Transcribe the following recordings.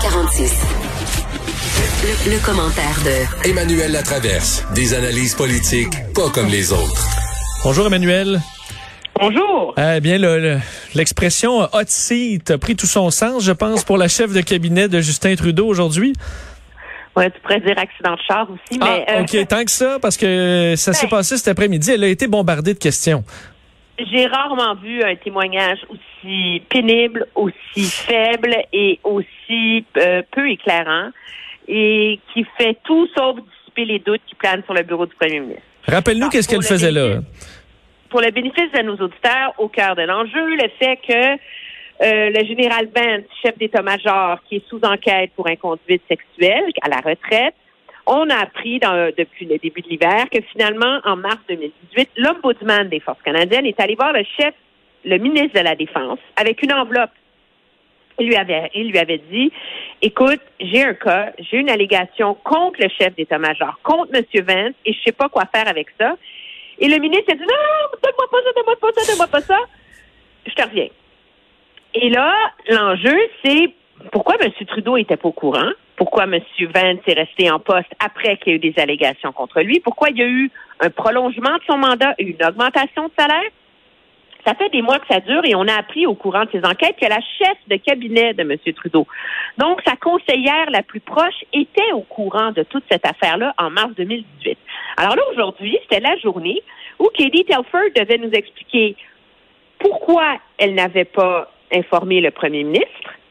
18h46. Le commentaire de Emmanuel Latraverse. Des analyses politiques pas comme les autres. Bonjour Emmanuel. Bonjour. Bien, l'expression hot seat a pris tout son sens, je pense, pour la chef de cabinet de Justin Trudeau aujourd'hui. Ouais, tu pourrais dire accident de char aussi, mais... OK, tant que ça, parce que ça s'est passé cet après-midi. Elle a été bombardée de questions. J'ai rarement vu un témoignage aussi pénible, aussi faible et aussi peu éclairant et qui fait tout sauf dissiper les doutes qui planent sur le bureau du premier ministre. Rappelle-nous qu'est-ce qu'elle faisait là. Pour le bénéfice de nos auditeurs, au cœur de l'enjeu, le fait que le général Vance, chef d'état-major, qui est sous enquête pour inconduite sexuelle, à la retraite, on a appris depuis le début de l'hiver que finalement, en mars 2018, l'ombudsman des Forces canadiennes est allé voir le ministre de la Défense avec une enveloppe. Il lui avait dit, écoute, j'ai un cas, j'ai une allégation contre le chef d'état-major, contre M. Vance, et je sais pas quoi faire avec ça. Et le ministre a dit, non, donne-moi pas ça. Je te reviens. Et là, l'enjeu, c'est pourquoi M. Trudeau était pas au courant? Pourquoi M. Vance est resté en poste après qu'il y a eu des allégations contre lui? Pourquoi il y a eu un prolongement de son mandat et une augmentation de salaire? Ça fait des mois que ça dure et on a appris au courant de ces enquêtes que la chef de cabinet de M. Trudeau, donc sa conseillère la plus proche, était au courant de toute cette affaire-là en mars 2018. Alors là, aujourd'hui, c'était la journée où Katie Telford devait nous expliquer pourquoi elle n'avait pas informé le premier ministre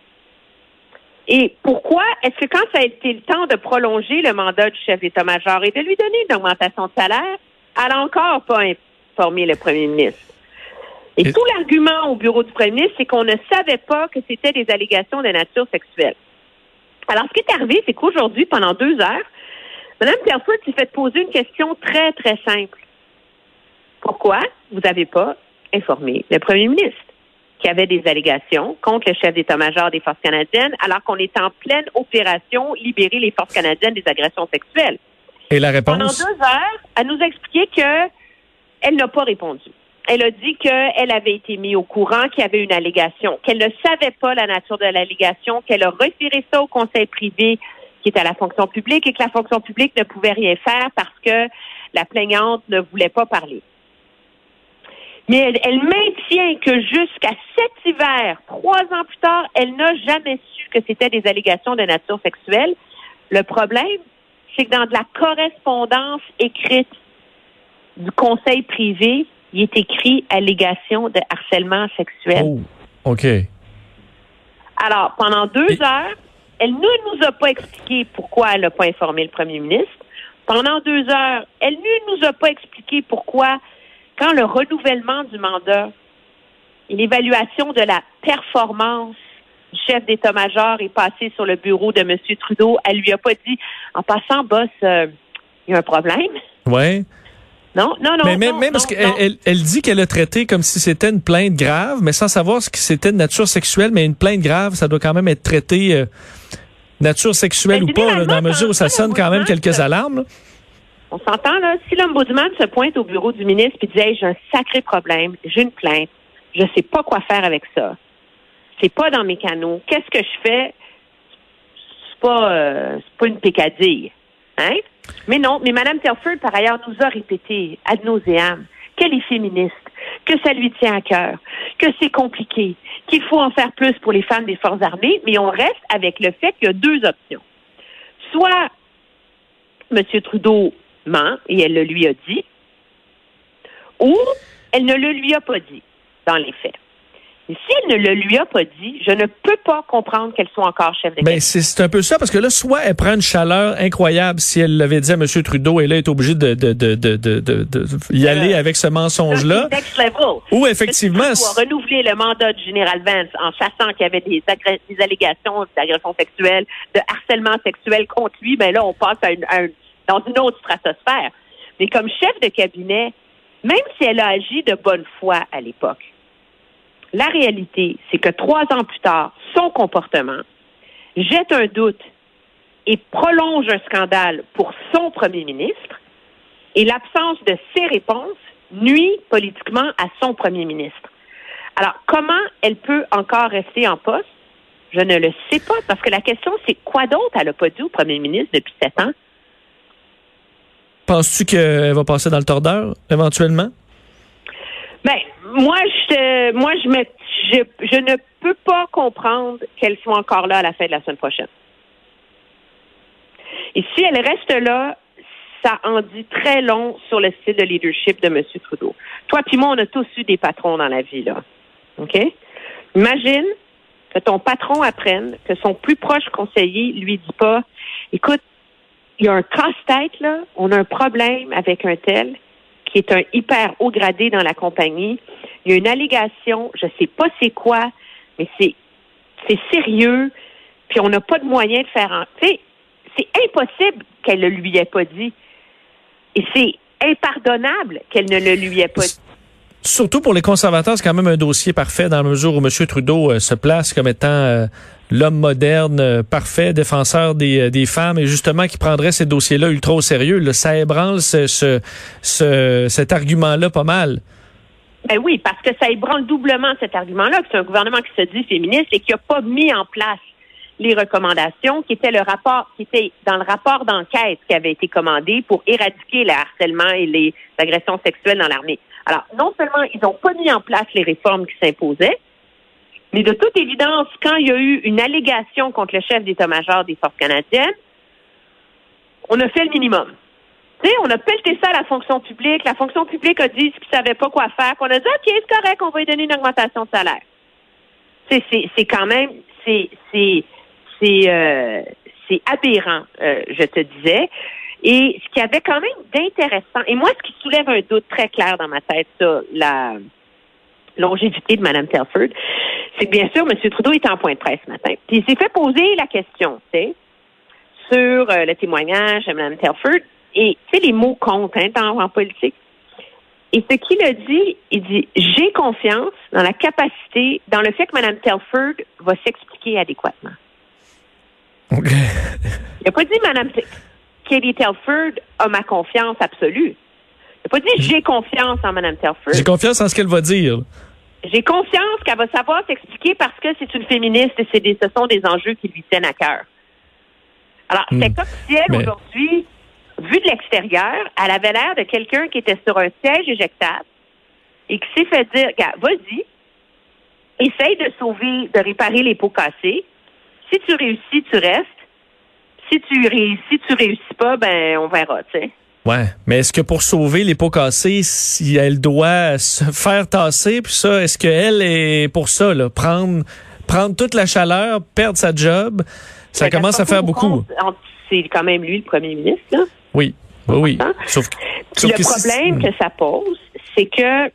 et pourquoi est-ce que quand ça a été le temps de prolonger le mandat du chef d'état-major et de lui donner une augmentation de salaire, elle n'a encore pas informé le premier ministre. Et tout l'argument au bureau du premier ministre, c'est qu'on ne savait pas que c'était des allégations de nature sexuelle. Alors, ce qui est arrivé, c'est qu'aujourd'hui, pendant 2 heures, Mme Telford s'est fait poser une question très, très simple. Pourquoi vous n'avez pas informé le premier ministre qu'il y avait des allégations contre le chef d'état-major des Forces canadiennes alors qu'on est en pleine opération libérer les Forces canadiennes des agressions sexuelles? Et la réponse? Pendant 2 heures, elle nous a expliqué qu'elle n'a pas répondu. Elle a dit qu'elle avait été mise au courant qu'il y avait une allégation, qu'elle ne savait pas la nature de l'allégation, qu'elle a retiré ça au conseil privé qui est à la fonction publique et que la fonction publique ne pouvait rien faire parce que la plaignante ne voulait pas parler. Mais elle maintient que jusqu'à cet hiver, 3 ans plus tard, elle n'a jamais su que c'était des allégations de nature sexuelle. Le problème, c'est que dans de la correspondance écrite du conseil privé, il est écrit allégation de harcèlement sexuel. Oh, OK. Alors, pendant 2 heures, elle ne nous a pas expliqué pourquoi elle n'a pas informé le premier ministre. Pendant 2 heures, elle ne nous a pas expliqué pourquoi, quand le renouvellement du mandat et l'évaluation de la performance du chef d'état-major est passé sur le bureau de M. Trudeau, elle lui a pas dit, en passant, boss, il y a un problème. Oui. Non. Mais même parce qu'elle dit qu'elle a traité comme si c'était une plainte grave, mais sans savoir ce que c'était de nature sexuelle, mais une plainte grave, ça doit quand même être traité nature sexuelle ou pas, là, dans la mesure où ça sonne quand même quelques alarmes. Là. On s'entend, là, si l'ombudsman se pointe au bureau du ministre et dit, hey, j'ai un sacré problème, j'ai une plainte, je sais pas quoi faire avec ça. C'est pas dans mes canaux. Qu'est-ce que je fais? C'est pas une pécadille. Hein? Mais non, mais Mme Telford, par ailleurs, nous a répété ad nauseam qu'elle est féministe, que ça lui tient à cœur, que c'est compliqué, qu'il faut en faire plus pour les femmes des Forces armées, mais on reste avec le fait qu'il y a 2 options. Soit M. Trudeau ment, et elle le lui a dit, ou elle ne le lui a pas dit, dans les faits. Et si elle ne le lui a pas dit, je ne peux pas comprendre qu'elle soit encore chef de cabinet. Ben, c'est un peu ça, parce que là, soit elle prend une chaleur incroyable si elle l'avait dit à M. Trudeau, et là, elle est obligée de y aller avec ce mensonge-là. Next level. Ou effectivement... M. Trudeau a renouvelé le mandat du général Vance en sachant qu'il y avait des allégations d'agression sexuelle, de harcèlement sexuel contre lui, ben là, on passe dans une autre stratosphère. Mais comme chef de cabinet, même si elle a agi de bonne foi à l'époque, la réalité, c'est que 3 ans plus tard, son comportement jette un doute et prolonge un scandale pour son premier ministre, et l'absence de ses réponses nuit politiquement à son premier ministre. Alors, comment elle peut encore rester en poste Je ne le sais pas, parce que la question, c'est quoi d'autre elle n'a pas dit au premier ministre depuis 7 ans? Penses-tu qu'elle va passer dans le tordeur, éventuellement? Ben, moi, je ne peux pas comprendre qu'elle soit encore là à la fin de la semaine prochaine. Et si elle reste là, ça en dit très long sur le style de leadership de M. Trudeau. Toi puis moi, on a tous eu des patrons dans la vie, là. OK? Imagine que ton patron apprenne que son plus proche conseiller lui dit pas, écoute, il y a un casse-tête, là, on a un problème avec un tel qui est un hyper haut gradé dans la compagnie. Il y a une allégation, je sais pas c'est quoi, mais c'est sérieux, puis on n'a pas de moyen de faire... Tu sais, c'est impossible qu'elle ne lui ait pas dit. Et c'est impardonnable qu'elle ne le lui ait pas dit. Surtout pour les conservateurs, c'est quand même un dossier parfait dans la mesure où M. Trudeau se place comme étant l'homme moderne, parfait, défenseur des femmes, et justement qui prendrait ces dossiers-là ultra au sérieux. Là, ça ébranle cet argument-là pas mal. Ben oui, parce que ça ébranle doublement cet argument-là, que c'est un gouvernement qui se dit féministe et qui n'a pas mis en place les recommandations qui étaient dans le rapport d'enquête qui avait été commandé pour éradiquer le harcèlement et les agressions sexuelles dans l'armée. Alors, non seulement ils n'ont pas mis en place les réformes qui s'imposaient, mais de toute évidence, quand il y a eu une allégation contre le chef d'état-major des Forces canadiennes, on a fait le minimum. Tu sais, on a pelleté ça à la fonction publique. La fonction publique a dit qu'ils ne savaient pas quoi faire. Puis on a dit, OK, c'est correct, on va lui donner une augmentation de salaire. C'est quand même... C'est aberrant, je te disais. Et ce qu'il y avait quand même d'intéressant, et moi, ce qui soulève un doute très clair dans ma tête, ça, la longévité de Mme Telford, c'est que bien sûr, M. Trudeau était en point de presse ce matin. Puis il s'est fait poser la question, tu sais, sur le témoignage de Mme Telford. Et tu sais, les mots comptent en politique. Et ce qu'il a dit, il dit, j'ai confiance dans la capacité, dans le fait que Mme Telford va s'expliquer adéquatement. Okay. Il n'a pas dit Mme Katie Telford a ma confiance absolue. Il n'a pas dit j'ai confiance en Mme Telford. J'ai confiance en ce qu'elle va dire. J'ai confiance qu'elle va savoir s'expliquer parce que c'est une féministe et ce sont des enjeux qui lui tiennent à cœur. Alors, c'est comme si elle, aujourd'hui, vue de l'extérieur, elle avait l'air de quelqu'un qui était sur un siège éjectable et qui s'est fait dire, vas-y, essaye de sauver, de réparer les pots cassés. Si tu réussis, tu restes. Si tu réussis pas, ben on verra, tu sais. Ouais, mais est-ce que pour sauver les pots cassés, si elle doit se faire tasser, puis ça, est-ce qu'elle est pour ça, là, prendre toute la chaleur, perdre sa job, ça commence à faire beaucoup. C'est quand même lui le premier ministre, là. Oui. Sauf le problème que ça pose, c'est que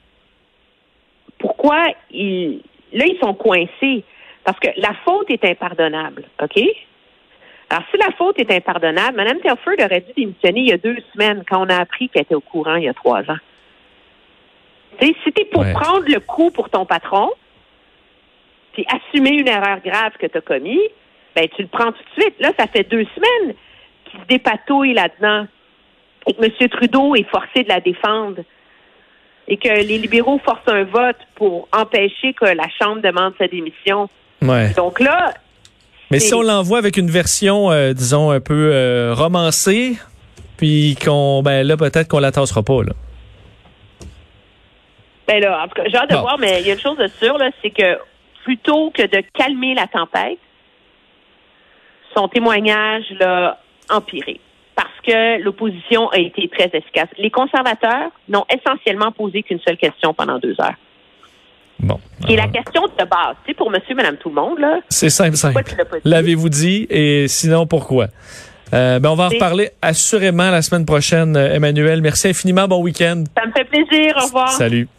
pourquoi ils sont coincés? Parce que la faute est impardonnable, OK? Alors, si la faute est impardonnable, Mme Telford aurait dû démissionner il y a 2 semaines quand on a appris qu'elle était au courant il y a 3 ans. Tu sais, si t'es pour prendre le coup pour ton patron, puis assumer une erreur grave que tu as commise, ben tu le prends tout de suite. Là, ça fait 2 semaines qu'il se dépatouille là-dedans et que M. Trudeau est forcé de la défendre et que les libéraux forcent un vote pour empêcher que la Chambre demande sa démission. Ouais. Donc là... Mais si on l'envoie avec une version, disons, un peu romancée, puis là, peut-être qu'on la tassera pas, là. Ben là, en tout cas, j'ai hâte de voir, mais il y a une chose de sûre, là, c'est que plutôt que de calmer la tempête, son témoignage l'a empiré. Parce que l'opposition a été très efficace. Les conservateurs n'ont essentiellement posé qu'une seule question pendant 2 heures. Bon. Qui est la question de base, tu sais, pour monsieur, madame, tout le monde, là. C'est simple. L'avez-vous dit et sinon pourquoi? On va en reparler assurément la semaine prochaine, Emmanuel. Merci infiniment. Bon week-end. Ça me fait plaisir. Au revoir. Salut.